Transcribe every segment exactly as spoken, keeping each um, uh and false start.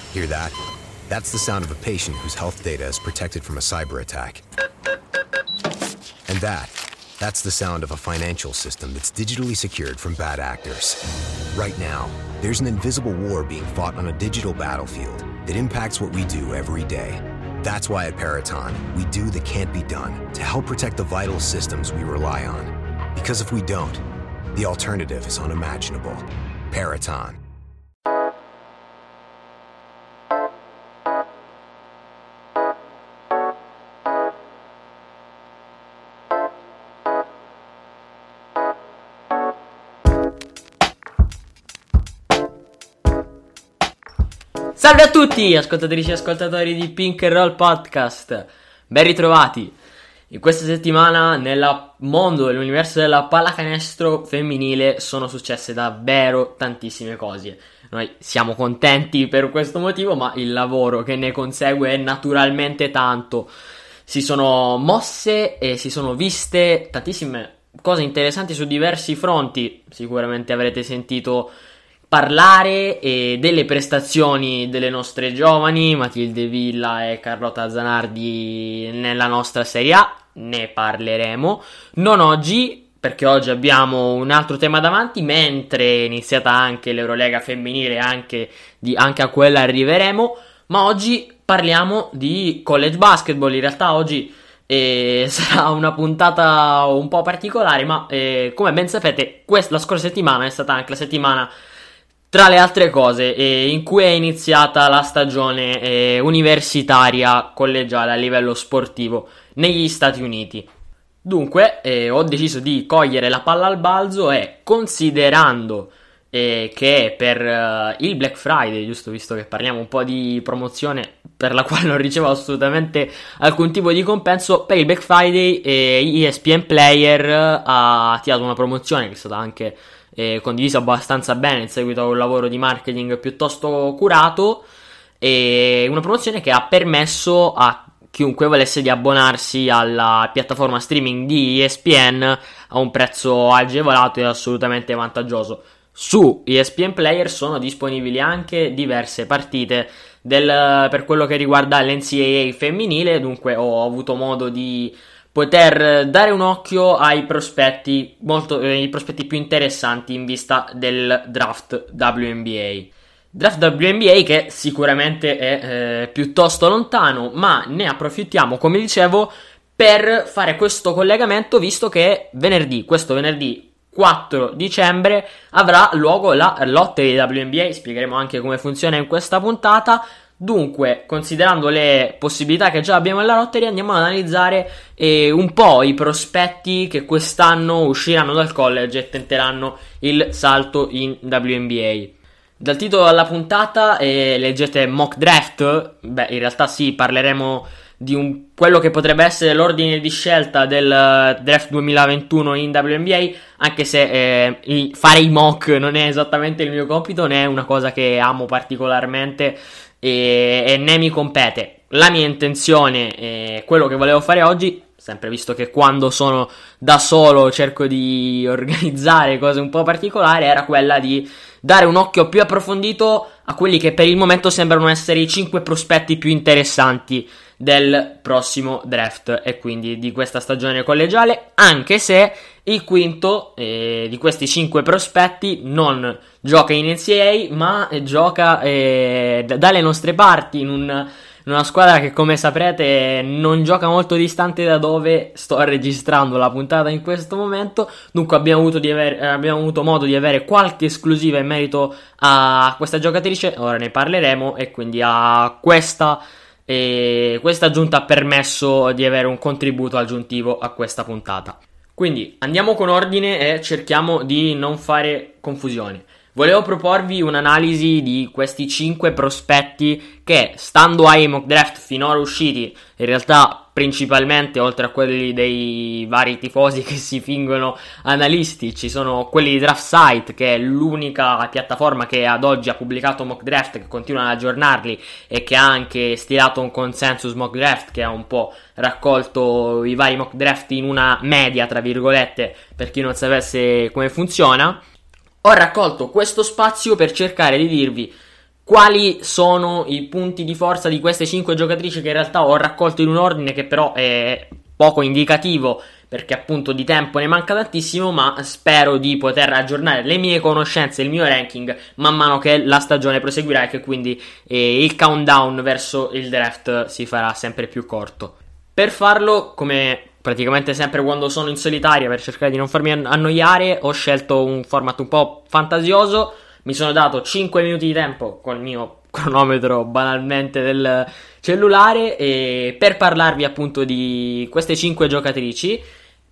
Hear that? That's the sound of a patient whose health data is protected from a cyber attack. And that, that's the sound of a financial system that's digitally secured from bad actors. Right now, there's an invisible war being fought on a digital battlefield that impacts what we do every day. That's why at Peraton, we do the can't be done to help protect the vital systems we rely on. Because if we don't, the alternative is unimaginable. Peraton. Salve a tutti, ascoltatrici e ascoltatori di Pink and Roll Podcast. Ben ritrovati. In questa settimana nel mondo, nell'universo della pallacanestro femminile sono successe davvero tantissime cose. Noi siamo contenti per questo motivo, ma il lavoro che ne consegue è naturalmente tanto. Si sono mosse e si sono viste tantissime cose interessanti su diversi fronti. Sicuramente avrete sentito parlare eh, delle prestazioni delle nostre giovani, Matilde Villa e Carlotta Zanardi nella nostra Serie A, ne parleremo, non oggi, perché oggi abbiamo un altro tema davanti, mentre è iniziata anche l'Eurolega femminile, anche, di, anche a quella arriveremo, ma oggi parliamo di college basketball. In realtà oggi eh, sarà una puntata un po' particolare, ma eh, come ben sapete, quest- la scorsa settimana è stata anche la settimana, tra le altre cose, eh, in cui è iniziata la stagione eh, universitaria collegiale a livello sportivo negli Stati Uniti. Dunque, eh, ho deciso di cogliere la palla al balzo e, considerando eh, che per eh, il Black Friday, giusto, visto che parliamo un po' di promozione per la quale non ricevo assolutamente alcun tipo di compenso, per il Black Friday eh, E S P N Player ha attivato una promozione che è stata anche Eh, condiviso abbastanza bene in seguito a un lavoro di marketing piuttosto curato, e una promozione che ha permesso a chiunque volesse di abbonarsi alla piattaforma streaming di E S P N a un prezzo agevolato e assolutamente vantaggioso. Su E S P N Player sono disponibili anche diverse partite del, per quello che riguarda l'N C A A femminile, dunque ho avuto modo di poter dare un occhio ai prospetti molto eh, i prospetti più interessanti in vista del draft W N B A. Draft W N B A che sicuramente è eh, piuttosto lontano, ma ne approfittiamo, come dicevo, per fare questo collegamento, visto che venerdì, questo venerdì quattro dicembre, avrà luogo la lottery W N B A. Spiegheremo anche come funziona in questa puntata. Dunque, considerando le possibilità che già abbiamo nella lotteria, andiamo ad analizzare eh, un po' i prospetti che quest'anno usciranno dal college e tenteranno il salto in W N B A. Dal titolo alla puntata eh, leggete mock draft. Beh, in realtà sì, parleremo di un, quello che potrebbe essere l'ordine di scelta del uh, draft duemilaventuno in W N B A, anche se eh, il, fare i mock non è esattamente il mio compito, né è una cosa che amo particolarmente e, e ne mi compete. La mia intenzione e quello che volevo fare oggi, sempre visto che quando sono da solo cerco di organizzare cose un po' particolari, era quella di dare un occhio più approfondito a quelli che per il momento sembrano essere i cinque prospetti più interessanti del prossimo draft e quindi di questa stagione collegiale, anche se il quinto eh, di questi cinque prospetti non gioca in N C A A, ma gioca eh, d- dalle nostre parti in, un, in una squadra che, come saprete, non gioca molto distante da dove sto registrando la puntata in questo momento. Dunque abbiamo avuto, di aver, abbiamo avuto modo di avere qualche esclusiva in merito a questa giocatrice, ora ne parleremo, e quindi a questa e questa aggiunta ha permesso di avere un contributo aggiuntivo a questa puntata. Quindi andiamo con ordine e cerchiamo di non fare confusione. Volevo proporvi un'analisi di questi cinque prospetti che, stando ai mock draft finora usciti, in realtà principalmente, oltre a quelli dei vari tifosi che si fingono analisti, ci sono quelli di Draft Site, che è l'unica piattaforma che ad oggi ha pubblicato mock draft, che continua ad aggiornarli e che ha anche stilato un consensus mock draft, che ha un po' raccolto i vari mock draft in una media, tra virgolette, per chi non sapesse come funziona. Ho raccolto questo spazio per cercare di dirvi quali sono i punti di forza di queste cinque giocatrici, che in realtà ho raccolto in un ordine che però è poco indicativo, perché appunto di tempo ne manca tantissimo, ma spero di poter aggiornare le mie conoscenze, il mio ranking man mano che la stagione proseguirà, e che quindi eh, il countdown verso il draft si farà sempre più corto. Per farlo, come praticamente sempre quando sono in solitaria, per cercare di non farmi annoiare, ho scelto un format un po' fantasioso. Mi sono dato cinque minuti di tempo col mio cronometro banalmente del cellulare, e per parlarvi appunto di queste cinque giocatrici,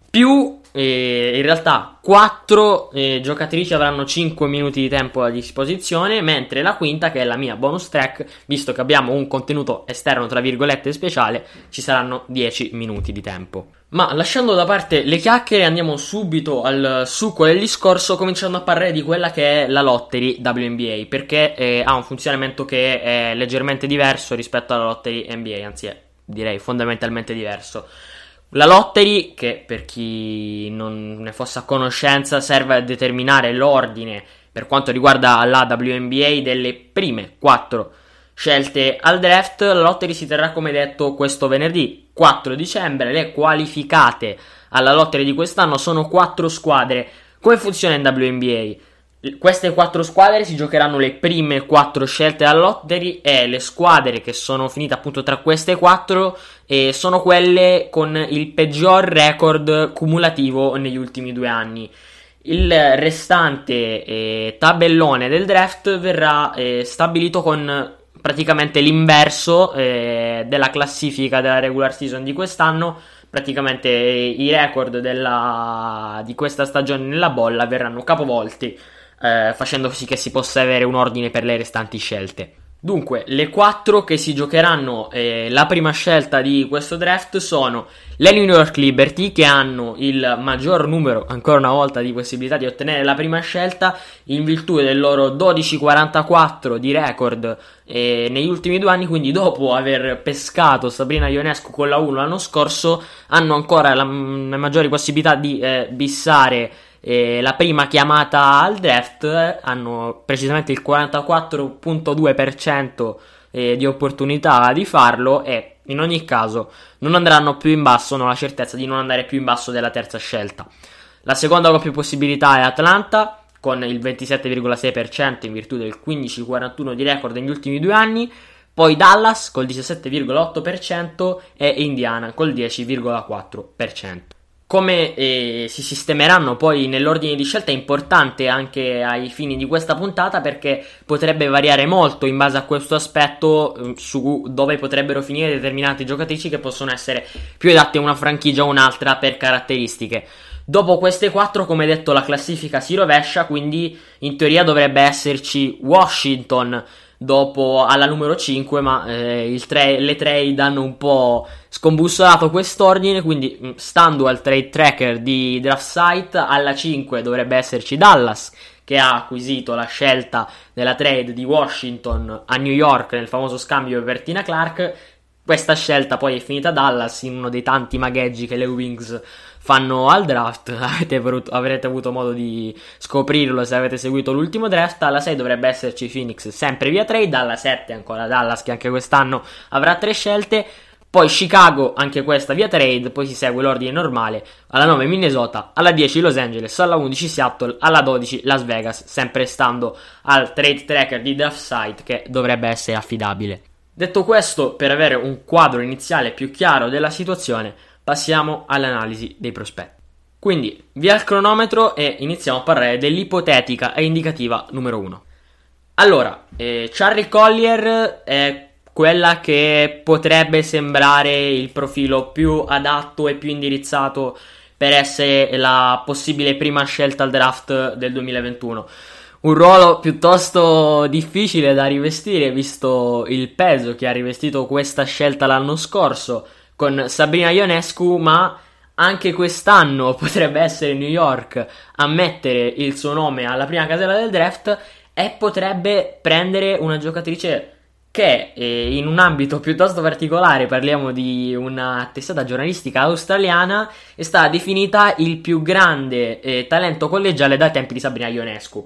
più eh, in realtà quattro eh, giocatrici avranno cinque minuti di tempo a disposizione, mentre la quinta, che è la mia bonus track, visto che abbiamo un contenuto esterno tra virgolette speciale, ci saranno dieci minuti di tempo. Ma lasciando da parte le chiacchiere, andiamo subito al succo del discorso, cominciando a parlare di quella che è la lottery W N B A, perché eh, ha un funzionamento che è leggermente diverso rispetto alla lottery N B A, anzi è, direi fondamentalmente diverso. La lottery, che per chi non ne fosse a conoscenza, serve a determinare l'ordine per quanto riguarda la W N B A delle prime quattro scelte al draft. La lottery si terrà, come detto, questo venerdì quattro dicembre. Le qualificate alla lottery di quest'anno sono quattro squadre. Come funziona in W N B A? Queste quattro squadre si giocheranno le prime quattro scelte alla lottery, e le squadre che sono finite appunto tra queste quattro eh, sono quelle con il peggior record cumulativo negli ultimi due anni. Il restante eh, tabellone del draft verrà eh, stabilito con praticamente l'inverso eh, della classifica della regular season di quest'anno. Praticamente eh, i record della, di questa stagione nella bolla verranno capovolti, eh, facendo sì che si possa avere un ordine per le restanti scelte. Dunque, le quattro che si giocheranno eh, la prima scelta di questo draft sono le New York Liberty, che hanno il maggior numero, ancora una volta, di possibilità di ottenere la prima scelta in virtù del loro dodici quarantaquattro di record eh, negli ultimi due anni. Quindi, dopo aver pescato Sabrina Ionescu con la uno l'anno scorso, hanno ancora la, le maggiori possibilità di eh, bissare E la prima chiamata al draft. Hanno precisamente il quarantaquattro virgola due per cento eh, di opportunità di farlo, e in ogni caso non andranno più in basso, hanno la certezza di non andare più in basso della terza scelta. La seconda con più possibilità è Atlanta, con il ventisette virgola sei per cento in virtù del quindici quarantuno di record negli ultimi due anni, poi Dallas col diciassette virgola otto per cento e Indiana col dieci virgola quattro per cento. Come eh, si sistemeranno poi nell'ordine di scelta è importante anche ai fini di questa puntata, perché potrebbe variare molto in base a questo aspetto eh, su dove potrebbero finire determinate giocatrici che possono essere più adatte a una franchigia o un'altra per caratteristiche. Dopo queste quattro, come detto, la classifica si rovescia, quindi in teoria dovrebbe esserci Washington dopo alla numero cinque, ma eh, il tra- le trade hanno un po' scombussolato quest'ordine, quindi stando al trade tracker di DraftSite, alla cinque dovrebbe esserci Dallas, che ha acquisito la scelta della trade di Washington a New York nel famoso scambio per Tina Clark. Questa scelta poi è finita a Dallas in uno dei tanti magheggi che le Wings fanno al draft. Avete avuto, avrete avuto modo di scoprirlo se avete seguito l'ultimo draft. Alla sei dovrebbe esserci Phoenix, sempre via trade. Alla sette ancora Dallas, che anche quest'anno avrà tre scelte. Poi Chicago, anche questa via trade. Poi si segue l'ordine normale. Alla nove Minnesota, alla dieci Los Angeles, alla undici Seattle, alla dodici Las Vegas, sempre stando al trade tracker di DraftSite, che dovrebbe essere affidabile. Detto questo, per avere un quadro iniziale più chiaro della situazione, passiamo all'analisi dei prospetti. Quindi, via il cronometro e iniziamo a parlare dell'ipotetica e indicativa numero uno. Allora, eh, Charlie Collier è quella che potrebbe sembrare il profilo più adatto e più indirizzato per essere la possibile prima scelta al draft del duemilaventuno. Un ruolo piuttosto difficile da rivestire, visto il peso che ha rivestito questa scelta l'anno scorso con Sabrina Ionescu, ma anche quest'anno potrebbe essere New York a mettere il suo nome alla prima casella del draft, e potrebbe prendere una giocatrice che eh, in un ambito piuttosto particolare, parliamo di una testata giornalistica australiana, è stata definita il più grande eh, talento collegiale dai tempi di Sabrina Ionescu.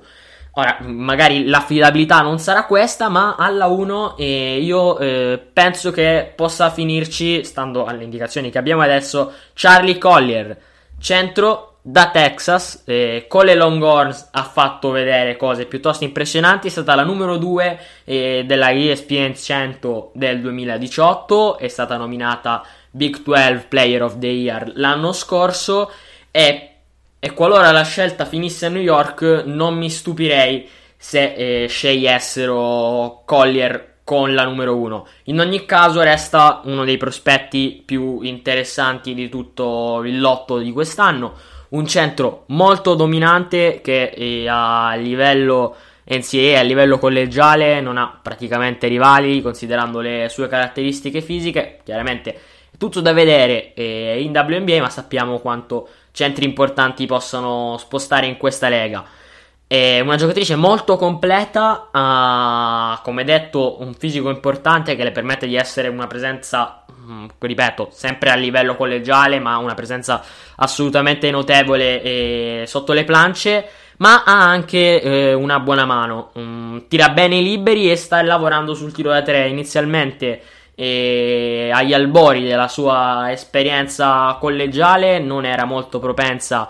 Ora, magari l'affidabilità non sarà questa, ma alla uno eh, io eh, penso che possa finirci, stando alle indicazioni che abbiamo adesso, Charlie Collier, centro da Texas, eh, con le Longhorns ha fatto vedere cose piuttosto impressionanti, è stata la numero due eh, della E S P N cento del duemiladiciotto, è stata nominata Big dodici Player of the Year l'anno scorso e E qualora la scelta finisse a New York, non mi stupirei se eh, scegliessero Collier con la numero uno. In ogni caso resta uno dei prospetti più interessanti di tutto il lotto di quest'anno. Un centro molto dominante che eh, a livello N C A A, a livello collegiale, non ha praticamente rivali, considerando le sue caratteristiche fisiche. Chiaramente è tutto da vedere eh, in W N B A, ma sappiamo quanto centri importanti possano spostare in questa lega. È una giocatrice molto completa, ha, come detto, un fisico importante che le permette di essere una presenza, ripeto, sempre a livello collegiale, ma una presenza assolutamente notevole eh, sotto le planche, ma ha anche eh, una buona mano, um, tira bene i liberi e sta lavorando sul tiro da tre. Inizialmente e agli albori della sua esperienza collegiale non era molto propensa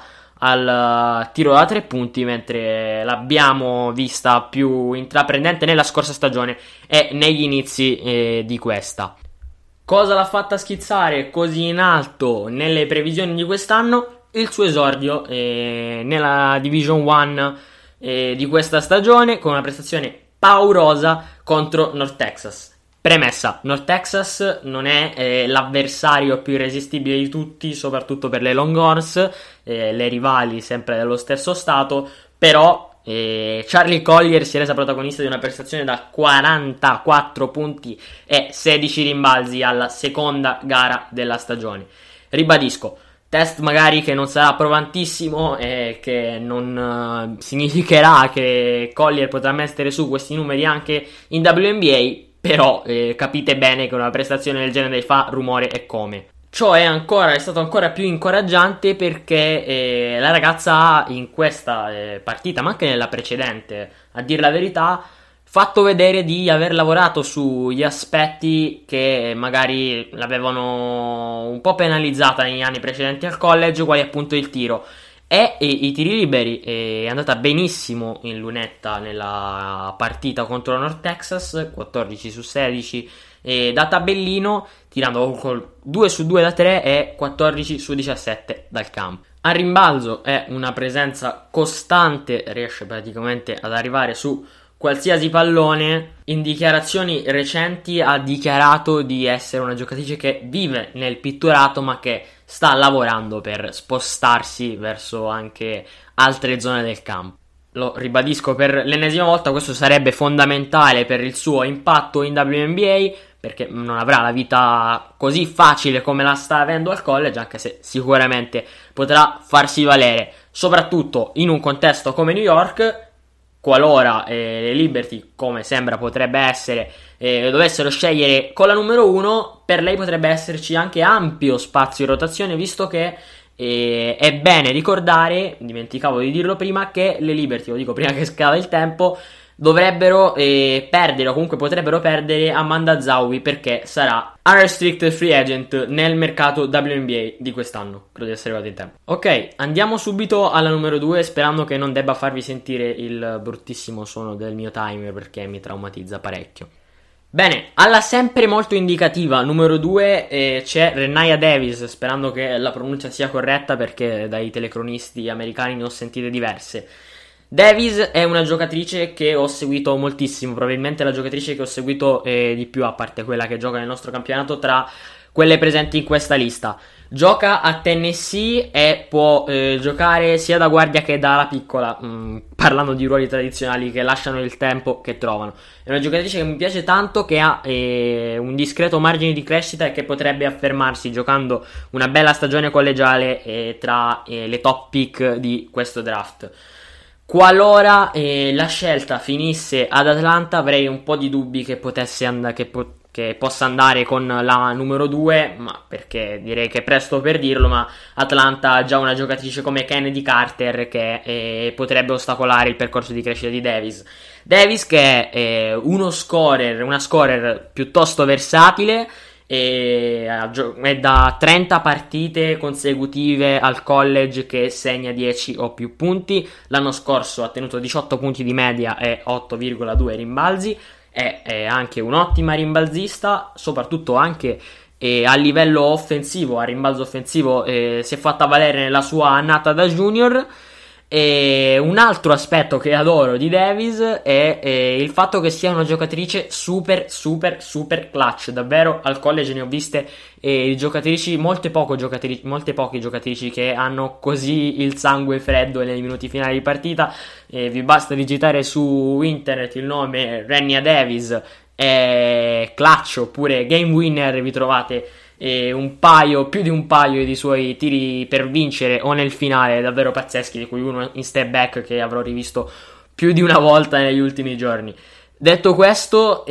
al tiro da tre punti, mentre l'abbiamo vista più intraprendente nella scorsa stagione e negli inizi eh, di questa. Cosa l'ha fatta schizzare così in alto nelle previsioni di quest'anno? Il suo esordio eh, nella Division uno eh, di questa stagione, con una prestazione paurosa contro North Texas. Premessa, North Texas non è eh, l'avversario più irresistibile di tutti, soprattutto per le Longhorns, eh, le rivali sempre dello stesso stato, però eh, Charlie Collier si è resa protagonista di una prestazione da quarantaquattro punti e sedici rimbalzi alla seconda gara della stagione. Ribadisco, test magari che non sarà provantissimo e che non uh, significherà che Collier potrà mettere su questi numeri anche in W N B A, però eh, capite bene che una prestazione del genere fa rumore e come. Ciò è, ancora, è stato ancora più incoraggiante perché eh, la ragazza ha in questa eh, partita, ma anche nella precedente, a dir la verità, fatto vedere di aver lavorato sugli aspetti che magari l'avevano un po' penalizzata negli anni precedenti al college, quali appunto il tiro. E, e i tiri liberi è andata benissimo in lunetta nella partita contro North Texas, quattordici su sedici e da tabellino, tirando con due su due da tre e quattordici su diciassette dal campo. A rimbalzo è una presenza costante, riesce praticamente ad arrivare su qualsiasi pallone. In dichiarazioni recenti ha dichiarato di essere una giocatrice che vive nel pitturato, ma che sta lavorando per spostarsi verso anche altre zone del campo. Lo ribadisco per l'ennesima volta, questo sarebbe fondamentale per il suo impatto in W N B A, perché non avrà la vita così facile come la sta avendo al college, anche se sicuramente potrà farsi valere, soprattutto in un contesto come New York. Qualora eh, le Liberty, come sembra potrebbe essere, eh, dovessero scegliere con la numero uno, per lei potrebbe esserci anche ampio spazio in rotazione, visto che eh, è bene ricordare, dimenticavo di dirlo prima, che le Liberty, lo dico prima che scada il tempo, dovrebbero eh, perdere, o comunque potrebbero perdere Amanda Zahui, perché sarà unrestricted free agent nel mercato W N B A di quest'anno. Credo di essere arrivato in tempo. Ok, andiamo subito alla numero due, sperando che non debba farvi sentire il bruttissimo suono del mio timer, perché mi traumatizza parecchio. Bene, alla sempre molto indicativa numero due eh, c'è Renaya Davis, sperando che la pronuncia sia corretta, perché dai telecronisti americani ne ho sentite diverse. Davis è una giocatrice che ho seguito moltissimo, probabilmente la giocatrice che ho seguito eh, di più, a parte quella che gioca nel nostro campionato, tra quelle presenti in questa lista. Gioca a Tennessee e può eh, giocare sia da guardia che da ala piccola, mm, parlando di ruoli tradizionali che lasciano il tempo che trovano. È una giocatrice che mi piace tanto, che ha eh, un discreto margine di crescita e che potrebbe affermarsi giocando una bella stagione collegiale eh, tra eh, le top pick di questo draft. Qualora eh, la scelta finisse ad Atlanta, avrei un po' di dubbi che potesse and- che po- che possa andare con la numero due, ma perché direi che è presto per dirlo, ma Atlanta ha già una giocatrice come Kennedy Carter che eh, potrebbe ostacolare il percorso di crescita di Davis. Davis che è eh, uno scorer, una scorer piuttosto versatile, e è da trenta partite consecutive al college che segna dieci o più punti. L'anno scorso ha tenuto diciotto punti di media e otto virgola due rimbalzi. È, è anche un'ottima rimbalzista, soprattutto anche eh, a livello offensivo, a rimbalzo offensivo eh, si è fatta valere nella sua annata da junior. E un altro aspetto che adoro di Davis è, è il fatto che sia una giocatrice super super super clutch. Davvero al college ne ho viste eh, giocatrici, molte, poco giocatrici, molte poche giocatrici che hanno così il sangue freddo nei minuti finali di partita. Eh, vi basta digitare su internet il nome Renia Davis, è clutch oppure game winner, vi trovate e un paio, più di un paio di suoi tiri per vincere o nel finale davvero pazzeschi, di cui uno in step back che avrò rivisto più di una volta negli ultimi giorni. Detto questo,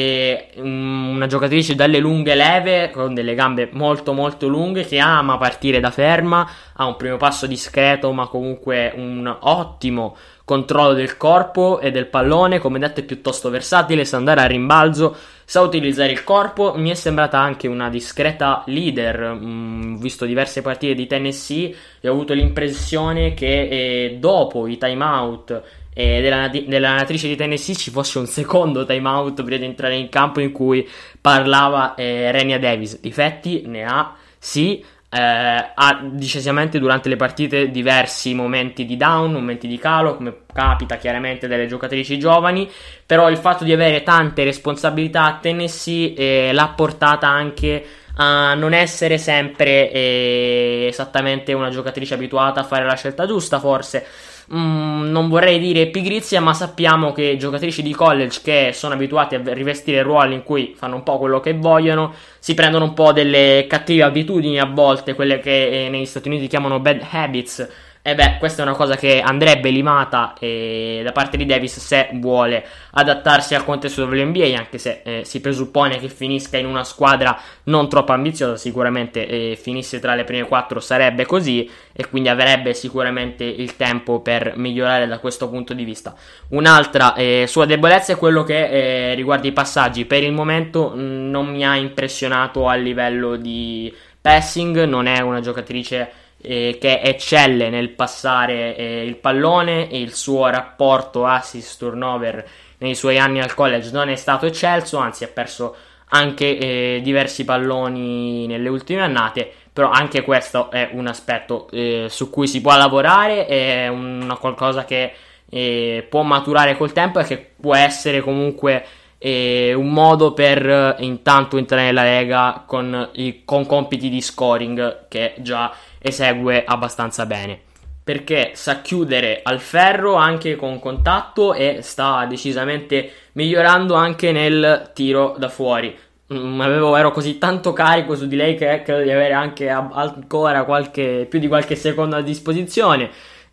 è una giocatrice dalle lunghe leve, con delle gambe molto molto lunghe, che ama partire da ferma, ha un primo passo discreto ma comunque un ottimo controllo del corpo e del pallone, come detto è piuttosto versatile, sa andare a rimbalzo, sa utilizzare il corpo. Mi è sembrata anche una discreta leader, mm, ho visto diverse partite di Tennessee e ho avuto l'impressione che eh, dopo i timeout eh, della, della natrice di Tennessee ci fosse un secondo timeout prima di entrare in campo in cui parlava eh, Renia Davis. Difetti ne ha, sì, Eh, ha decisamente durante le partite diversi momenti di down, momenti di calo, come capita chiaramente delle giocatrici giovani, però il fatto di avere tante responsabilità a Tennessee eh, l'ha portata anche a non essere sempre eh, esattamente una giocatrice abituata a fare la scelta giusta, forse. Mm, non vorrei dire pigrizia, ma sappiamo che giocatrici di college che sono abituate a rivestire ruoli in cui fanno un po' quello che vogliono si prendono un po' delle cattive abitudini a volte, quelle che eh, negli Stati Uniti chiamano bad habits. E beh, questa è una cosa che andrebbe limata eh, da parte di Davis se vuole adattarsi al contesto dell'N B A, anche se eh, si presuppone che finisca in una squadra non troppo ambiziosa. Sicuramente eh, finisse tra le prime quattro sarebbe così, e quindi avrebbe sicuramente il tempo per migliorare da questo punto di vista. Un'altra eh, sua debolezza è quello che eh, riguarda i passaggi. Per il momento mh, non mi ha impressionato a livello di passing, non è una giocatrice Eh, che eccelle nel passare eh, il pallone, e il suo rapporto assist turnover nei suoi anni al college non è stato eccelso, anzi ha perso anche eh, diversi palloni nelle ultime annate. Però anche questo è un aspetto eh, su cui si può lavorare, è una qualcosa che eh, può maturare col tempo e che può essere comunque eh, un modo per eh, intanto entrare nella Lega con, i, con compiti di scoring che già esegue abbastanza bene, perché sa chiudere al ferro anche con contatto e sta decisamente migliorando anche nel tiro da fuori. Mm, avevo, ero così tanto carico su di lei che credo di avere anche a, ancora qualche, più di qualche secondo a disposizione,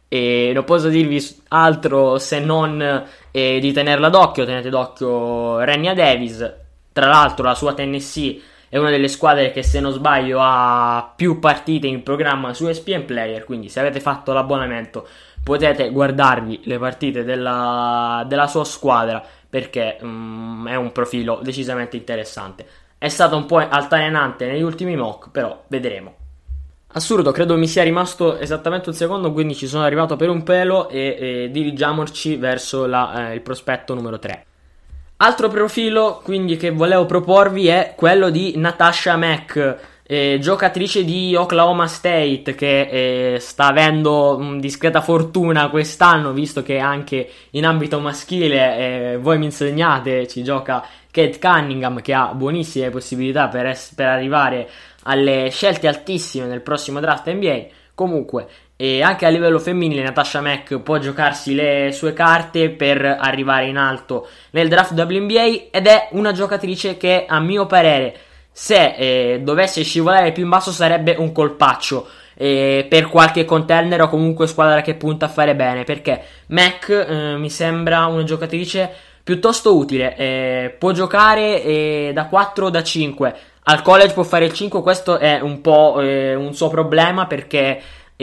e non posso dirvi altro se non eh, di tenerla d'occhio. Tenete d'occhio Renia Davis. Tra l'altro la sua Tennessee è una delle squadre che, se non sbaglio, ha più partite in programma su E S P N Player, quindi se avete fatto l'abbonamento potete guardarvi le partite della, della sua squadra, perché um, è un profilo decisamente interessante. È stato un po' altalenante negli ultimi mock, però vedremo. Assurdo, credo mi sia rimasto esattamente un secondo, quindi ci sono arrivato per un pelo e, e dirigiamoci verso la, eh, il prospetto numero tre. Altro profilo quindi che volevo proporvi è quello di Natasha Mack, eh, giocatrice di Oklahoma State, che eh, sta avendo um, discreta fortuna quest'anno, visto che anche in ambito maschile, eh, voi mi insegnate, ci gioca Kate Cunningham, che ha buonissime possibilità per, es- per arrivare alle scelte altissime nel prossimo draft N B A. Comunque, e anche a livello femminile Natasha Mack può giocarsi le sue carte per arrivare in alto nel draft W N B A, ed è una giocatrice che, a mio parere, se eh, dovesse scivolare più in basso sarebbe un colpaccio eh, per qualche contender o comunque squadra che punta a fare bene, perché Mack eh, mi sembra una giocatrice piuttosto utile, eh, può giocare eh, da quattro o da cinque, al college può fare il cinque, questo è un po' eh, un suo problema perché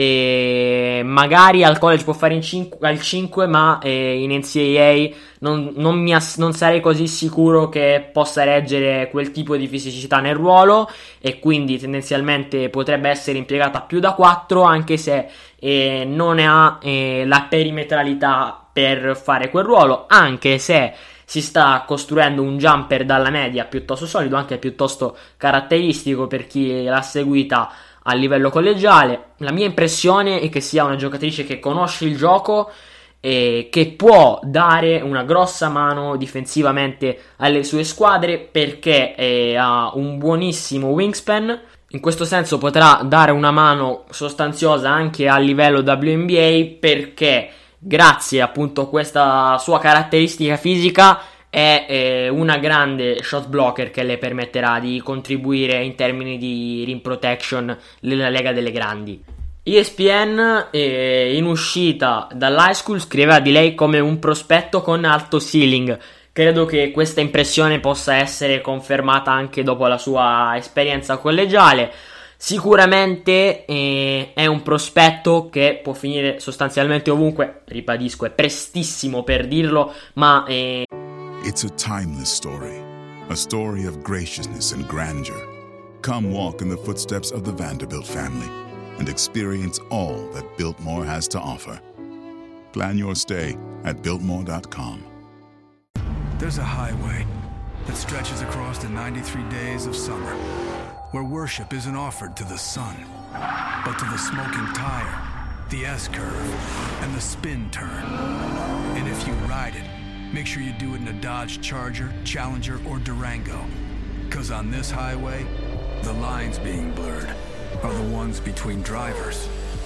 eh, magari al college può fare in cinque, al cinque, ma eh, in N C A A non, non, mi ass- non sarei così sicuro che possa reggere quel tipo di fisicità nel ruolo, e quindi tendenzialmente potrebbe essere impiegata più da quattro, anche se eh, non ne ha eh, la perimetralità per fare quel ruolo, anche se si sta costruendo un jumper dalla media piuttosto solido, anche piuttosto caratteristico per chi l'ha seguita a livello collegiale. La mia impressione è che sia una giocatrice che conosce il gioco e che può dare una grossa mano difensivamente alle sue squadre, perché eh, ha un buonissimo wingspan. In questo senso potrà dare una mano sostanziosa anche a livello W N B A, perché grazie appunto a questa sua caratteristica fisica è eh, una grande shot blocker che le permetterà di contribuire in termini di rim protection nella Lega delle Grandi. E S P N eh, in uscita dall'high school scriveva di lei come un prospetto con alto ceiling. Credo che questa impressione possa essere confermata anche dopo la sua esperienza collegiale. Sicuramente eh, è un prospetto che può finire sostanzialmente ovunque, ribadisco, è prestissimo per dirlo, ma... Eh... It's a timeless story, a story of graciousness and grandeur. Come walk in the footsteps of the Vanderbilt family and experience all that Biltmore has to offer. Plan your stay at Biltmore dot com. There's a highway that stretches across the ninety-three days of summer, where worship isn't offered to the sun, but to the smoking tire, the S-curve, and the spin turn. And if you ride it, make sure you do it in a Dodge Charger, Challenger, or Durango. Because on this highway, the lines being blurred are the ones between drivers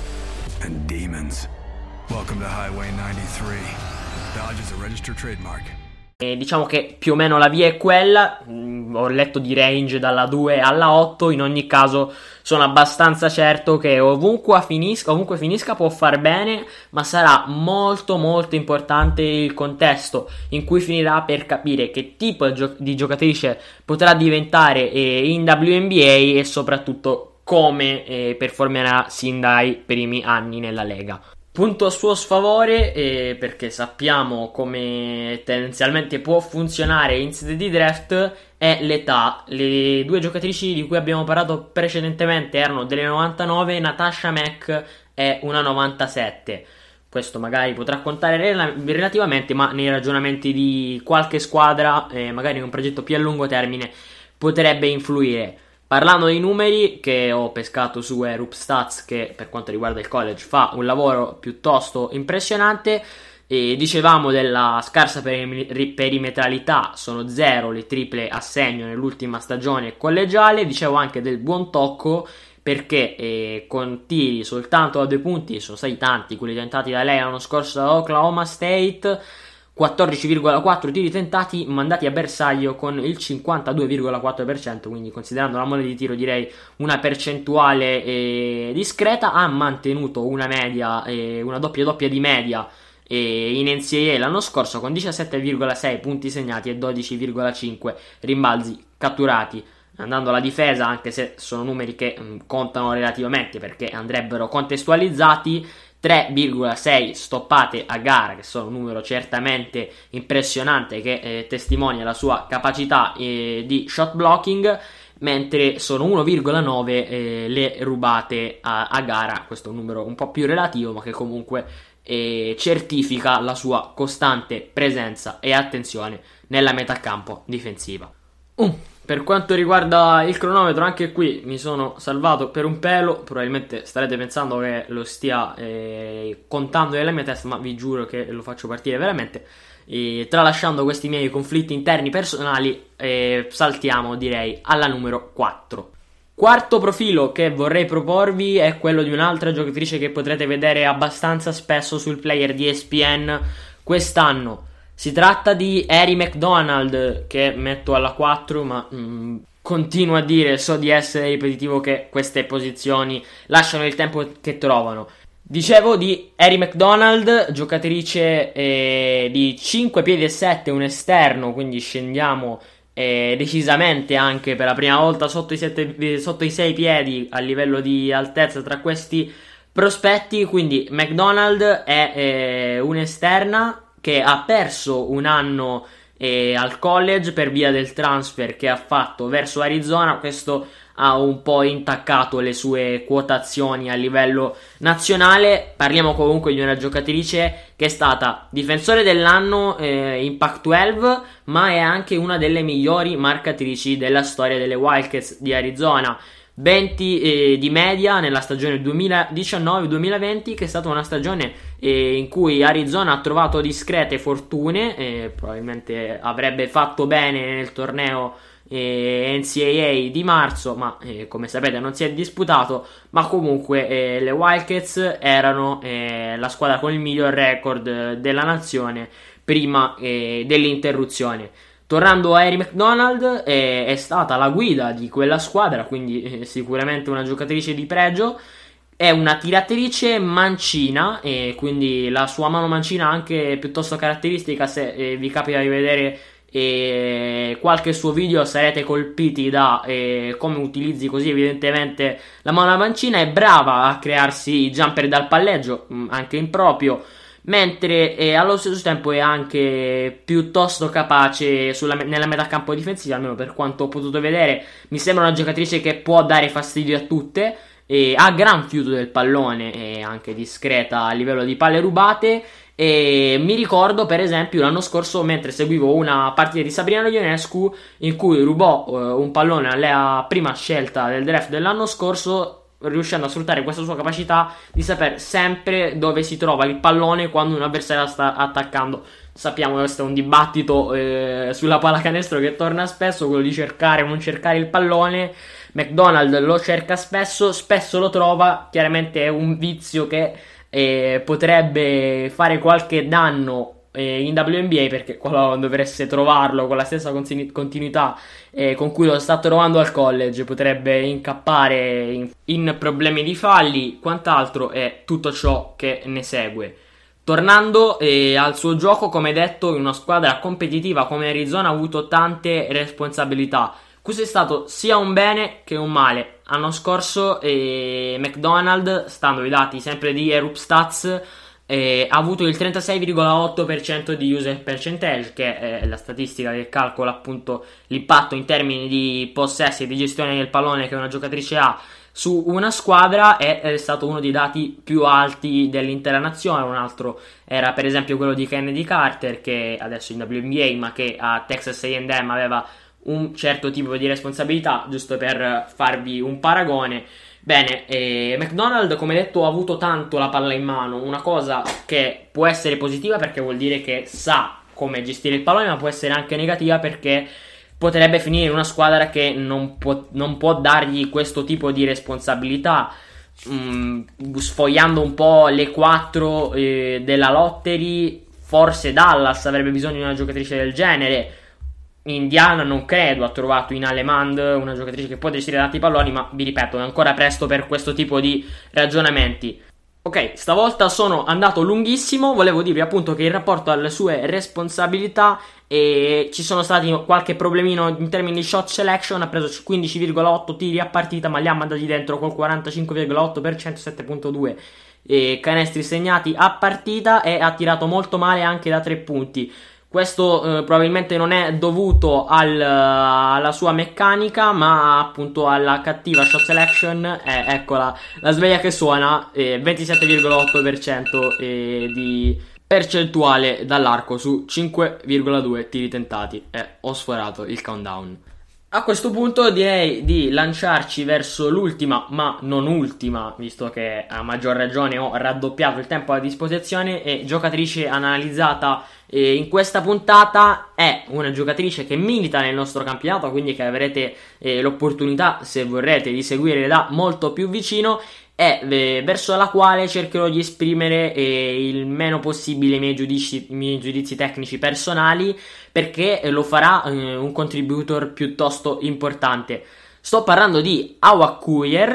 and demons. Welcome to Highway ninety-three. Dodge is a registered trademark. E diciamo che più o meno la via è quella, mm, ho letto di range dalla due alla otto, in ogni caso sono abbastanza certo che ovunque finisca, ovunque finisca può far bene, ma sarà molto molto importante il contesto in cui finirà per capire che tipo di giocatrice potrà diventare eh, in W N B A, e soprattutto come eh, performerà sin dai primi anni nella Lega. Punto a suo sfavore, eh, perché sappiamo come tendenzialmente può funzionare in sede di draft, è l'età. Le due giocatrici di cui abbiamo parlato precedentemente erano delle novantanove, Natasha Mack è una novantasette. Questo magari potrà contare rel- relativamente, ma nei ragionamenti di qualche squadra, eh, magari in un progetto più a lungo termine, potrebbe influire. Parlando dei numeri che ho pescato su Erup Stats, che per quanto riguarda il college fa un lavoro piuttosto impressionante, e dicevamo della scarsa peri- perimetralità, sono zero le triple a segno nell'ultima stagione collegiale. Dicevo anche del buon tocco, perché eh, con tiri soltanto da due punti sono stati tanti quelli tentati da lei l'anno scorso da Oklahoma State, quattordici virgola quattro tiri tentati mandati a bersaglio con il cinquantadue virgola quattro per cento, quindi considerando la mole di tiro direi una percentuale eh, discreta. Ha mantenuto una media, eh, una doppia doppia di media eh, in N C A A l'anno scorso, con diciassette virgola sei punti segnati e dodici virgola cinque rimbalzi catturati. Andando alla difesa, anche se sono numeri che mh, contano relativamente perché andrebbero contestualizzati, tre virgola sei stoppate a gara, che sono un numero certamente impressionante che eh, testimonia la sua capacità eh, di shot blocking, mentre sono uno virgola nove eh, le rubate a, a gara. Questo è un numero un po' più relativo, ma che comunque eh, certifica la sua costante presenza e attenzione nella metà campo difensiva. Uh. Per quanto riguarda il cronometro, anche qui mi sono salvato per un pelo. Probabilmente starete pensando che lo stia eh, contando nella mia testa, ma vi giuro che lo faccio partire veramente. E, tralasciando questi miei conflitti interni personali, eh, saltiamo direi alla numero quattro. Quarto profilo che vorrei proporvi è quello di un'altra giocatrice che potrete vedere abbastanza spesso sul player di E S P N quest'anno. Si tratta di Aari McDonald, che metto alla quattro, ma mm, continuo a dire, so di essere ripetitivo, che queste posizioni lasciano il tempo che trovano. Dicevo di Aerie McDonald, giocatrice eh, di cinque piedi e sette, un esterno, quindi scendiamo eh, decisamente anche per la prima volta sotto i, sette, sotto i sei piedi a livello di altezza tra questi prospetti. Quindi McDonald è eh, un'esterna che ha perso un anno eh, al college per via del transfer che ha fatto verso Arizona. Questo ha un po' intaccato le sue quotazioni a livello nazionale. Parliamo comunque di una giocatrice che è stata difensore dell'anno eh, in Pac dodici, ma è anche una delle migliori marcatrici della storia delle Wildcats di Arizona. venti eh, di media nella stagione duemiladiciannove duemilaventi, che è stata una stagione eh, in cui Arizona ha trovato discrete fortune, eh, probabilmente avrebbe fatto bene nel torneo eh, N C A A di marzo, ma eh, come sapete non si è disputato. Ma comunque eh, le Wildcats erano eh, la squadra con il miglior record della nazione prima eh, dell'interruzione. Tornando a Aerie McDonald, eh, è stata la guida di quella squadra, quindi eh, sicuramente una giocatrice di pregio. È una tiratrice mancina, e quindi la sua mano mancina anche piuttosto caratteristica. Se eh, vi capita di vedere eh, qualche suo video sarete colpiti da eh, come utilizzi così evidentemente la mano mancina. È brava a crearsi i jumper dal palleggio, mh, anche in proprio, mentre eh, allo stesso tempo è anche piuttosto capace sulla, nella metà campo difensiva, almeno per quanto ho potuto vedere. Mi sembra una giocatrice che può dare fastidio a tutte, e ha gran fiuto del pallone, è anche discreta a livello di palle rubate. E mi ricordo per esempio l'anno scorso, mentre seguivo una partita di Sabrina Ionescu in cui rubò eh, un pallone alla prima scelta del draft dell'anno scorso, riuscendo a sfruttare questa sua capacità di sapere sempre dove si trova il pallone quando un avversario sta attaccando. Sappiamo che questo è un dibattito eh, sulla pallacanestro che torna spesso, quello di cercare o non cercare il pallone. McDonald lo cerca spesso, spesso lo trova. Chiaramente è un vizio che eh, potrebbe fare qualche danno eh, in W N B A, perché qualora dovesse trovarlo con la stessa continu- continuità eh, con cui lo sta trovando al college, potrebbe incappare in, in problemi di falli, quant'altro, e tutto ciò che ne segue. Tornando eh, al suo gioco, come detto, in una squadra competitiva come Arizona ha avuto tante responsabilità. Questo è stato sia un bene che un male. L'anno scorso eh, McDonald, stando ai dati sempre di Erup Stats, eh, ha avuto il trentasei virgola otto per cento di user percentage, che è la statistica che calcola appunto l'impatto in termini di possessi e di gestione del pallone che una giocatrice ha su una squadra. È, è stato uno dei dati più alti dell'intera nazione. Un altro era per esempio quello di Kennedy Carter, che adesso in W N B A ma che a Texas A and M aveva un certo tipo di responsabilità, giusto per farvi un paragone. Bene, eh, McDonald, come detto, ha avuto tanto la palla in mano, una cosa che può essere positiva perché vuol dire che sa come gestire il pallone, ma può essere anche negativa perché potrebbe finire in una squadra che non può, non può dargli questo tipo di responsabilità. Mm, sfogliando un po' le quattro eh, della lottery, forse Dallas avrebbe bisogno di una giocatrice del genere. Indiana non credo ha trovato in Alemand una giocatrice che può gestire tanti palloni, ma vi ripeto, è ancora presto per questo tipo di ragionamenti. Ok, stavolta sono andato lunghissimo. Volevo dirvi appunto che in rapporto alle sue responsabilità e ci sono stati qualche problemino in termini di shot selection. Ha preso quindici virgola otto tiri a partita, ma li ha mandati dentro col quarantacinque virgola otto per cento, sette virgola due e canestri segnati a partita, e ha tirato molto male anche da tre punti. Questo eh, probabilmente non è dovuto al, alla sua meccanica, ma appunto alla cattiva shot selection. Eh, eccola la sveglia che suona, eh, ventisette virgola otto per cento eh, di percentuale dall'arco su cinque virgola due tiri tentati. Eh, ho sforato il countdown. A questo punto direi di lanciarci verso l'ultima, ma non ultima, visto che a maggior ragione ho raddoppiato il tempo a disposizione, e giocatrice analizzata eh, in questa puntata è una giocatrice che milita nel nostro campionato, quindi che avrete eh, l'opportunità, se vorrete, di seguire da molto più vicino, e eh, verso la quale cercherò di esprimere eh, il meno possibile i miei giudizi, i miei giudizi tecnici personali, perché eh, lo farà eh, un contributor piuttosto importante. Sto parlando di Hawa Kuier,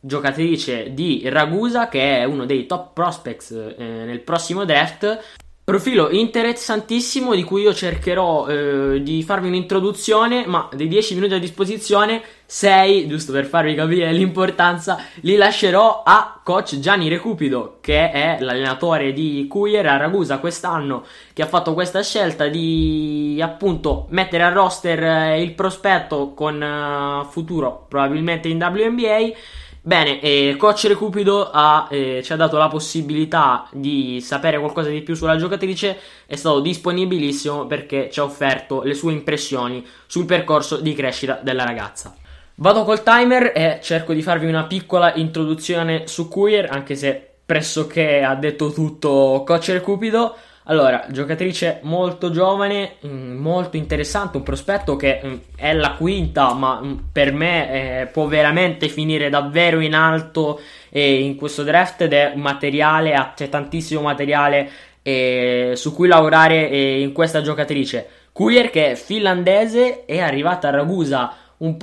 giocatrice di Ragusa, che è uno dei top prospects eh, nel prossimo draft. Profilo interessantissimo di cui io cercherò eh, di farvi un'introduzione, ma dei dieci minuti a disposizione, sei, giusto per farvi capire l'importanza, li lascerò a coach Gianni Recupido, che è l'allenatore di Cujer a Ragusa quest'anno, che ha fatto questa scelta di appunto mettere a roster eh, il prospetto con uh, futuro probabilmente in W N B A. Bene, eh, coach Recupido ha, eh, ci ha dato la possibilità di sapere qualcosa di più sulla giocatrice, è stato disponibilissimo perché ci ha offerto le sue impressioni sul percorso di crescita della ragazza. Vado col timer e cerco di farvi una piccola introduzione su Cujer, anche se pressoché ha detto tutto coach Recupido. Allora, giocatrice molto giovane, molto interessante, un prospetto che è la quinta, ma per me eh, può veramente finire davvero in alto eh, in questo draft, ed è un materiale, c'è tantissimo materiale eh, su cui lavorare eh, in questa giocatrice. Cujer, che è finlandese, è arrivata a Ragusa un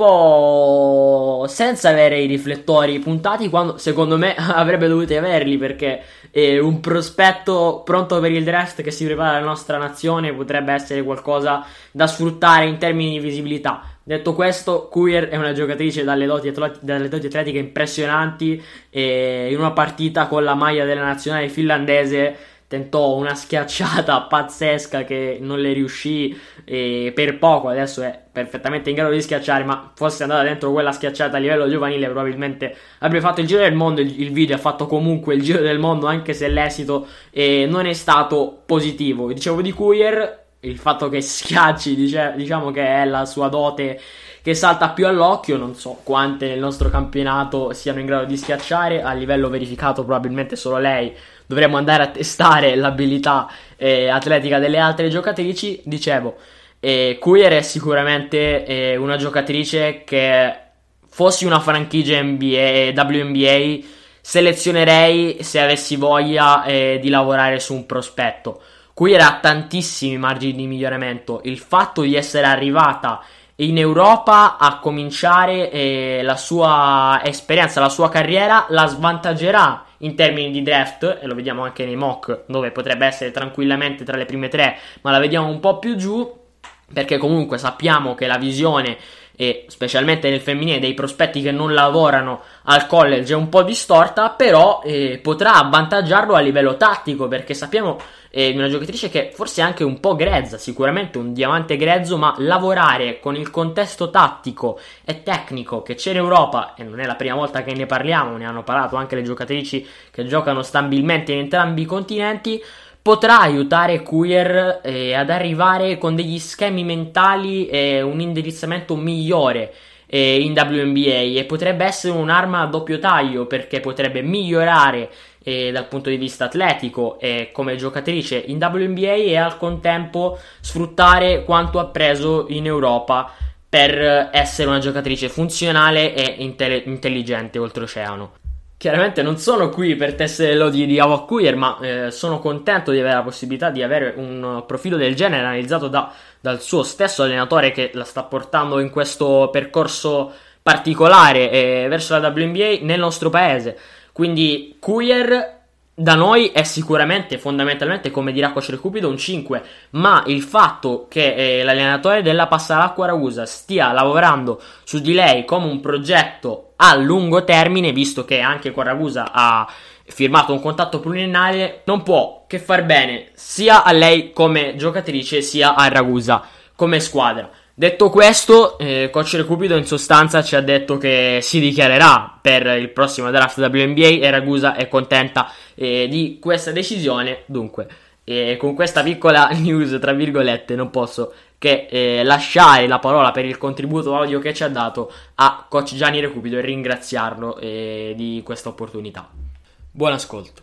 po' senza avere i riflettori puntati, quando secondo me avrebbe dovuto averli, perché eh, un prospetto pronto per il draft che si prepara alla nostra nazione potrebbe essere qualcosa da sfruttare in termini di visibilità. Detto questo, Cujer è una giocatrice dalle doti, atleti- dalle doti atletiche impressionanti, e in una partita con la maglia della nazionale finlandese tentò una schiacciata pazzesca che non le riuscì e per poco. Adesso è perfettamente in grado di schiacciare, ma fosse andata dentro quella schiacciata a livello giovanile probabilmente avrebbe fatto il giro del mondo. Il, il video ha fatto comunque il giro del mondo, anche se l'esito eh, non è stato positivo. Dicevo di Cujer, il fatto che schiacci dice, diciamo che è la sua dote che salta più all'occhio. Non so quante nel nostro campionato siano in grado di schiacciare, a livello verificato probabilmente solo lei. Dovremmo andare a testare l'abilità eh, atletica delle altre giocatrici. Dicevo, eh, Cujer è sicuramente eh, una giocatrice che, fossi una franchigia N B A, W N B A, selezionerei se avessi voglia eh, di lavorare su un prospetto. Cujer ha tantissimi margini di miglioramento. Il fatto di essere arrivata in Europa a cominciare eh, la sua esperienza, la sua carriera, la svantaggerà in termini di draft, e lo vediamo anche nei mock, dove potrebbe essere tranquillamente tra le prime tre, ma la vediamo un po' più giù, perché comunque sappiamo che la visione, e specialmente nel femminile, dei prospetti che non lavorano al college è un po' distorta, però eh, potrà avvantaggiarlo a livello tattico, perché sappiamo è una giocatrice che forse è anche un po' grezza, sicuramente un diamante grezzo, ma lavorare con il contesto tattico e tecnico che c'è in Europa, e non è la prima volta che ne parliamo, ne hanno parlato anche le giocatrici che giocano stabilmente in entrambi i continenti, potrà aiutare Cujer eh, ad arrivare con degli schemi mentali e un indirizzamento migliore eh, in W N B A, e potrebbe essere un'arma a doppio taglio, perché potrebbe migliorare eh, dal punto di vista atletico e come giocatrice in W N B A, e al contempo sfruttare quanto appreso in Europa per essere una giocatrice funzionale e intelli- intelligente oltreoceano. Chiaramente non sono qui per tessere lodi di Ava Cujer, ma eh, sono contento di avere la possibilità di avere un profilo del genere analizzato da, dal suo stesso allenatore, che la sta portando in questo percorso particolare eh, verso la W N B A nel nostro paese. Quindi Cujer da noi è sicuramente, fondamentalmente, come dirà coach Recupido, un cinque, ma il fatto che eh, l'allenatore della Passalacqua Ragusa stia lavorando su di lei come un progetto a lungo termine, visto che anche con Ragusa ha firmato un contratto pluriennale, non può che far bene sia a lei come giocatrice sia a Ragusa come squadra. Detto questo, eh, coach Recupido in sostanza ci ha detto che si dichiarerà per il prossimo draft W N B A, e Ragusa è contenta eh, di questa decisione. Dunque, eh, con questa piccola news tra virgolette non posso che eh, lasciare la parola per il contributo audio che ci ha dato a coach Gianni Recupido e ringraziarlo eh, di questa opportunità. Buon ascolto.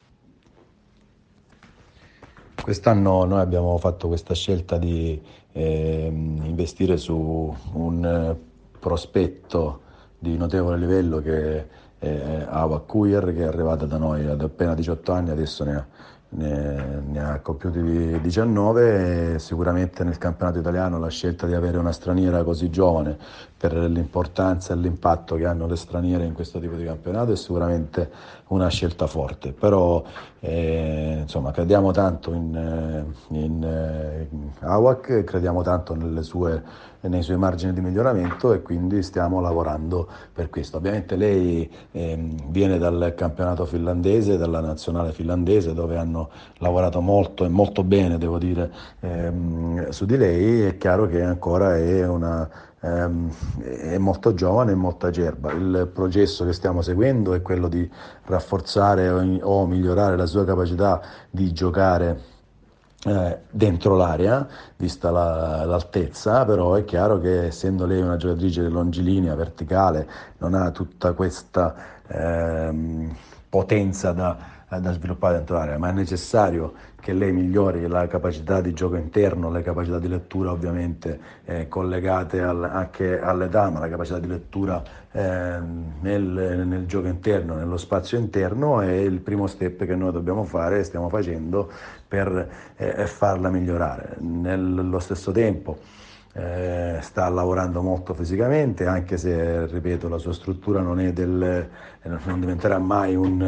Quest'anno noi abbiamo fatto questa scelta di eh, investire su un eh, prospetto di notevole livello che è Ava Cujer, che è arrivata da noi ad appena diciotto anni, adesso ne ha ne, ne ha compiuti diciannove, e sicuramente nel campionato italiano la scelta di avere una straniera così giovane, per l'importanza e l'impatto che hanno le straniere in questo tipo di campionato, è sicuramente una scelta forte. Però eh, insomma, crediamo tanto in, in, in Awak, crediamo tanto nelle sue, nei suoi margini di miglioramento, e quindi stiamo lavorando per questo. Ovviamente lei eh, viene dal campionato finlandese, dalla nazionale finlandese, dove hanno lavorato molto e molto bene, devo dire, ehm, su di lei. È chiaro che ancora è una ehm, è molto giovane e molto acerba. Il processo che stiamo seguendo è quello di rafforzare o, o migliorare la sua capacità di giocare Eh, dentro l'area, vista la, l'altezza. Però è chiaro che, essendo lei una giocatrice longilinea, verticale, non ha tutta questa ehm, potenza da, da sviluppare dentro l'area, ma è necessario che lei migliori la capacità di gioco interno, le capacità di lettura ovviamente eh, collegate al, anche all'età, ma la capacità di lettura eh, nel, nel gioco interno, nello spazio interno. È il primo step che noi dobbiamo fare e stiamo facendo per eh, farla migliorare. Nello stesso tempo eh, sta lavorando molto fisicamente, anche se, ripeto, la sua struttura non è del, eh, non diventerà mai un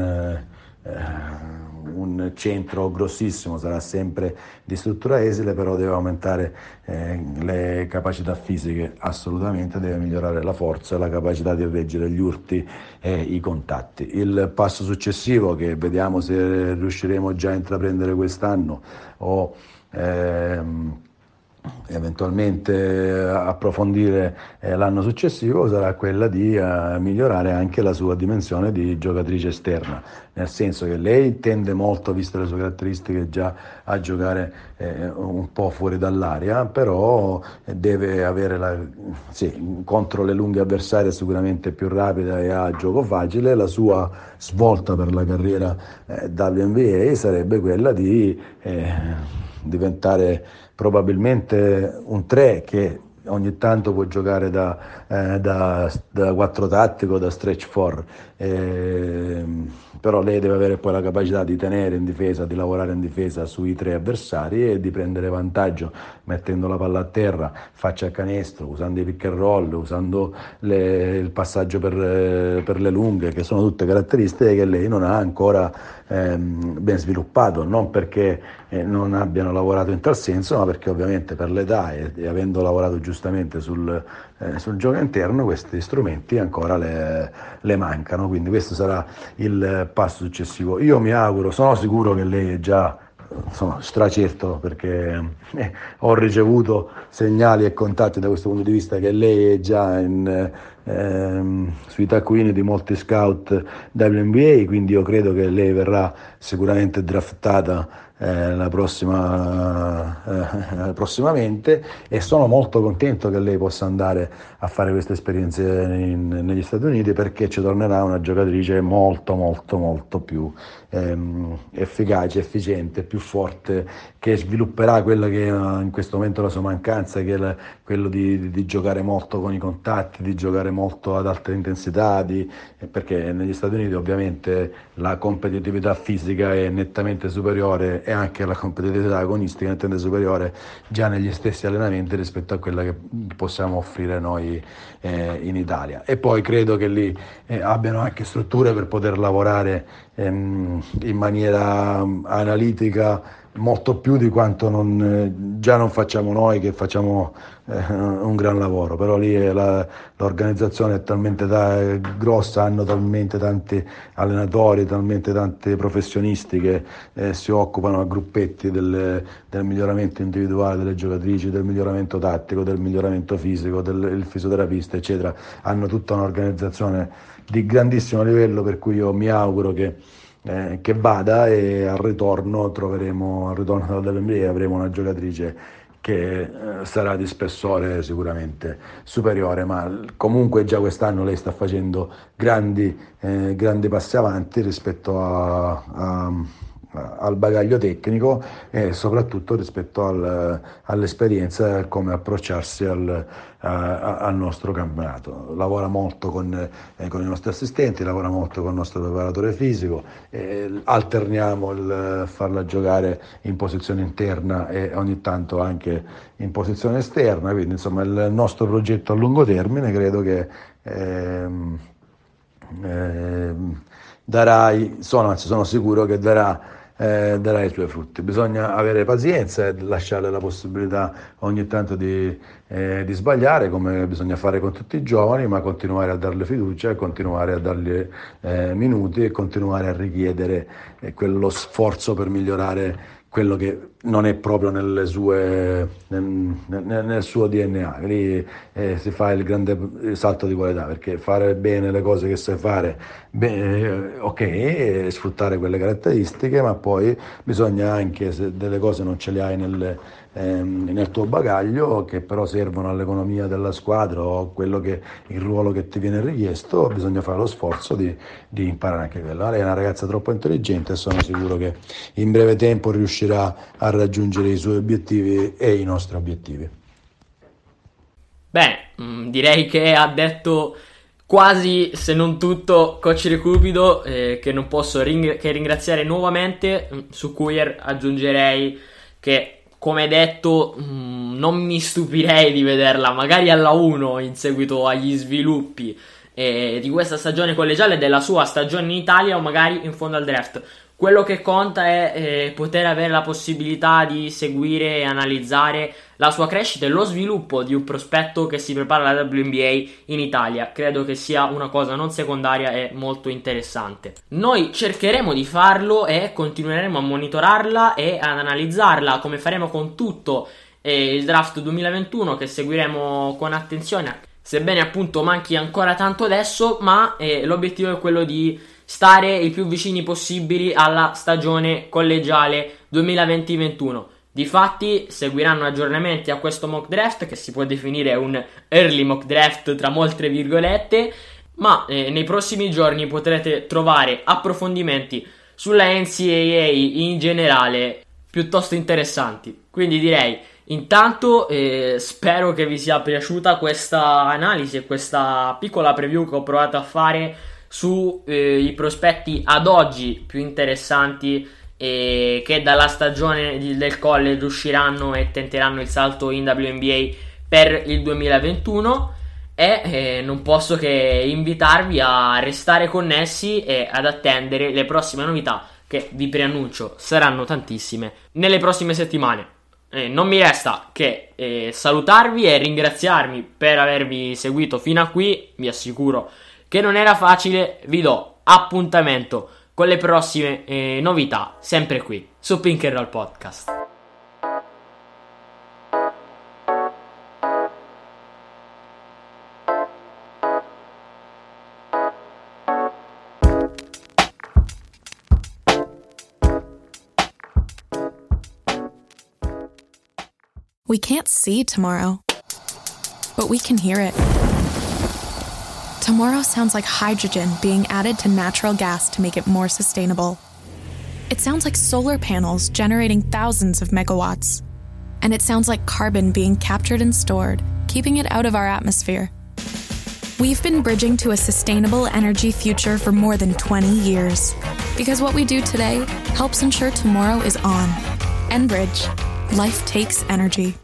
eh, un centro grossissimo, sarà sempre di struttura esile, però deve aumentare eh, le capacità fisiche, assolutamente, deve migliorare la forza, la capacità di reggere gli urti e i contatti. Il passo successivo, che vediamo se riusciremo già a intraprendere quest'anno o ehm, eventualmente approfondire eh, l'anno successivo, sarà quella di eh, migliorare anche la sua dimensione di giocatrice esterna, nel senso che lei tende molto, viste le sue caratteristiche, già a giocare eh, un po' fuori dall'area, però deve avere la, sì, contro le lunghe avversarie sicuramente più rapida e a gioco facile. La sua svolta per la carriera eh, W N B A sarebbe quella di eh, diventare probabilmente un tre, che ogni tanto può giocare da, eh, da, da quattro tattico, da stretch four, eh, però lei deve avere poi la capacità di tenere in difesa, di lavorare in difesa sui tre avversari e di prendere vantaggio mettendo la palla a terra, faccia a canestro, usando i pick and roll, usando le, il passaggio per, per le lunghe, che sono tutte caratteristiche che lei non ha ancora ehm, ben sviluppato, non perché eh, non abbiano lavorato in tal senso, ma perché ovviamente per l'età e, e avendo lavorato giustamente sul, eh, sul gioco interno, questi strumenti ancora le, le mancano. Quindi questo sarà il passo successivo. Io mi auguro, sono sicuro che lei è già, sono stracerto, perché eh, ho ricevuto segnali e contatti da questo punto di vista, che lei è già in, ehm, sui taccuini di molti scout W N B A, quindi io credo che lei verrà sicuramente draftata Eh, la prossima, eh, prossimamente, e sono molto contento che lei possa andare a fare queste esperienze in, negli Stati Uniti, perché ci tornerà una giocatrice molto molto molto più ehm, efficace, efficiente, più forte, che svilupperà quella che è in questo momento la sua mancanza, che è la, quello di, di, di giocare molto con i contatti, di giocare molto ad alta intensità, di, perché negli Stati Uniti ovviamente la competitività fisica è nettamente superiore, e anche la competitività agonistica è nettamente superiore già negli stessi allenamenti rispetto a quella che possiamo offrire noi eh, in Italia. E poi credo che lì eh, abbiano anche strutture per poter lavorare ehm, in maniera analitica molto più di quanto non, eh, già non facciamo noi, che facciamo eh, un gran lavoro. Però lì è la, l'organizzazione è talmente ta- grossa, hanno talmente tanti allenatori, talmente tanti professionisti che eh, si occupano a gruppetti del, del miglioramento individuale delle giocatrici, del miglioramento tattico, del miglioramento fisico, del il fisioterapista, eccetera. Hanno tutta un'organizzazione di grandissimo livello, per cui io mi auguro che Eh, che vada, e al ritorno troveremo, al ritorno dalla W N B A avremo una giocatrice che eh, sarà di spessore sicuramente superiore, ma comunque già quest'anno lei sta facendo grandi, eh, grandi passi avanti rispetto a, a, al bagaglio tecnico e soprattutto rispetto al, all'esperienza e come approcciarsi al, a, al nostro campionato. Lavora molto con, eh, con i nostri assistenti, lavora molto con il nostro preparatore fisico, eh, alterniamo il farla giocare in posizione interna e ogni tanto anche in posizione esterna, quindi insomma il nostro progetto a lungo termine credo che ehm, ehm, darà, sono, anzi sono sicuro che darà Eh, darà i suoi frutti. Bisogna avere pazienza e lasciare la possibilità ogni tanto di, eh, di sbagliare, come bisogna fare con tutti i giovani, ma continuare a darle fiducia, continuare a dargli eh, minuti e continuare a richiedere eh, quello sforzo per migliorare quello che non è proprio nelle sue, nel, nel, nel suo D N A. Lì eh, si fa il grande salto di qualità, perché fare bene le cose che sai fare, beh, ok, e sfruttare quelle caratteristiche, ma poi bisogna anche, se delle cose non ce le hai nel, ehm, nel tuo bagaglio, che però servono all'economia della squadra o quello che, il ruolo che ti viene richiesto, bisogna fare lo sforzo di, di imparare anche quello. Lei è una ragazza troppo intelligente e sono sicuro che in breve tempo riuscirà a raggiungere i suoi obiettivi e i nostri obiettivi. Bene, direi che ha detto quasi, se non tutto, coach Recupido, eh, che non posso ring- che ringraziare nuovamente. Su cui aggiungerei che, come detto, mh, non mi stupirei di vederla magari alla uno in seguito agli sviluppi eh, di questa stagione collegiale, della sua stagione in Italia, o magari in fondo al draft. Quello che conta è eh, poter avere la possibilità di seguire e analizzare la sua crescita e lo sviluppo di un prospetto che si prepara alla W N B A in Italia. Credo che sia una cosa non secondaria e molto interessante. Noi cercheremo di farlo e continueremo a monitorarla e ad analizzarla, come faremo con tutto eh, il draft duemilaventuno, che seguiremo con attenzione, sebbene appunto manchi ancora tanto adesso, ma eh, l'obiettivo è quello di stare i più vicini possibili alla stagione collegiale duemilaventi ventuno. Difatti seguiranno aggiornamenti a questo mock draft, che si può definire un early mock draft tra molte virgolette, ma eh, nei prossimi giorni potrete trovare approfondimenti sulla N C A A in generale piuttosto interessanti. Quindi direi, intanto eh, spero che vi sia piaciuta questa analisi e questa piccola preview che ho provato a fare su eh, i prospetti ad oggi più interessanti eh, che dalla stagione di, del college usciranno e tenteranno il salto in W N B A per il duemilaventuno. E eh, non posso che invitarvi a restare connessi e ad attendere le prossime novità, che vi preannuncio saranno tantissime nelle prossime settimane. Eh, non mi resta che eh, salutarvi e ringraziarmi per avervi seguito fino a qui. Vi assicuro che non era facile. Vi do appuntamento con le prossime eh, novità, sempre qui su Pink and Roll Podcast. We can't see tomorrow, but we can hear it. Tomorrow sounds like hydrogen being added to natural gas to make it more sustainable. It sounds like solar panels generating thousands of megawatts. And it sounds like carbon being captured and stored, keeping it out of our atmosphere. We've been bridging to a sustainable energy future for more than twenty years. Because what we do today helps ensure tomorrow is on. Enbridge. Life takes energy.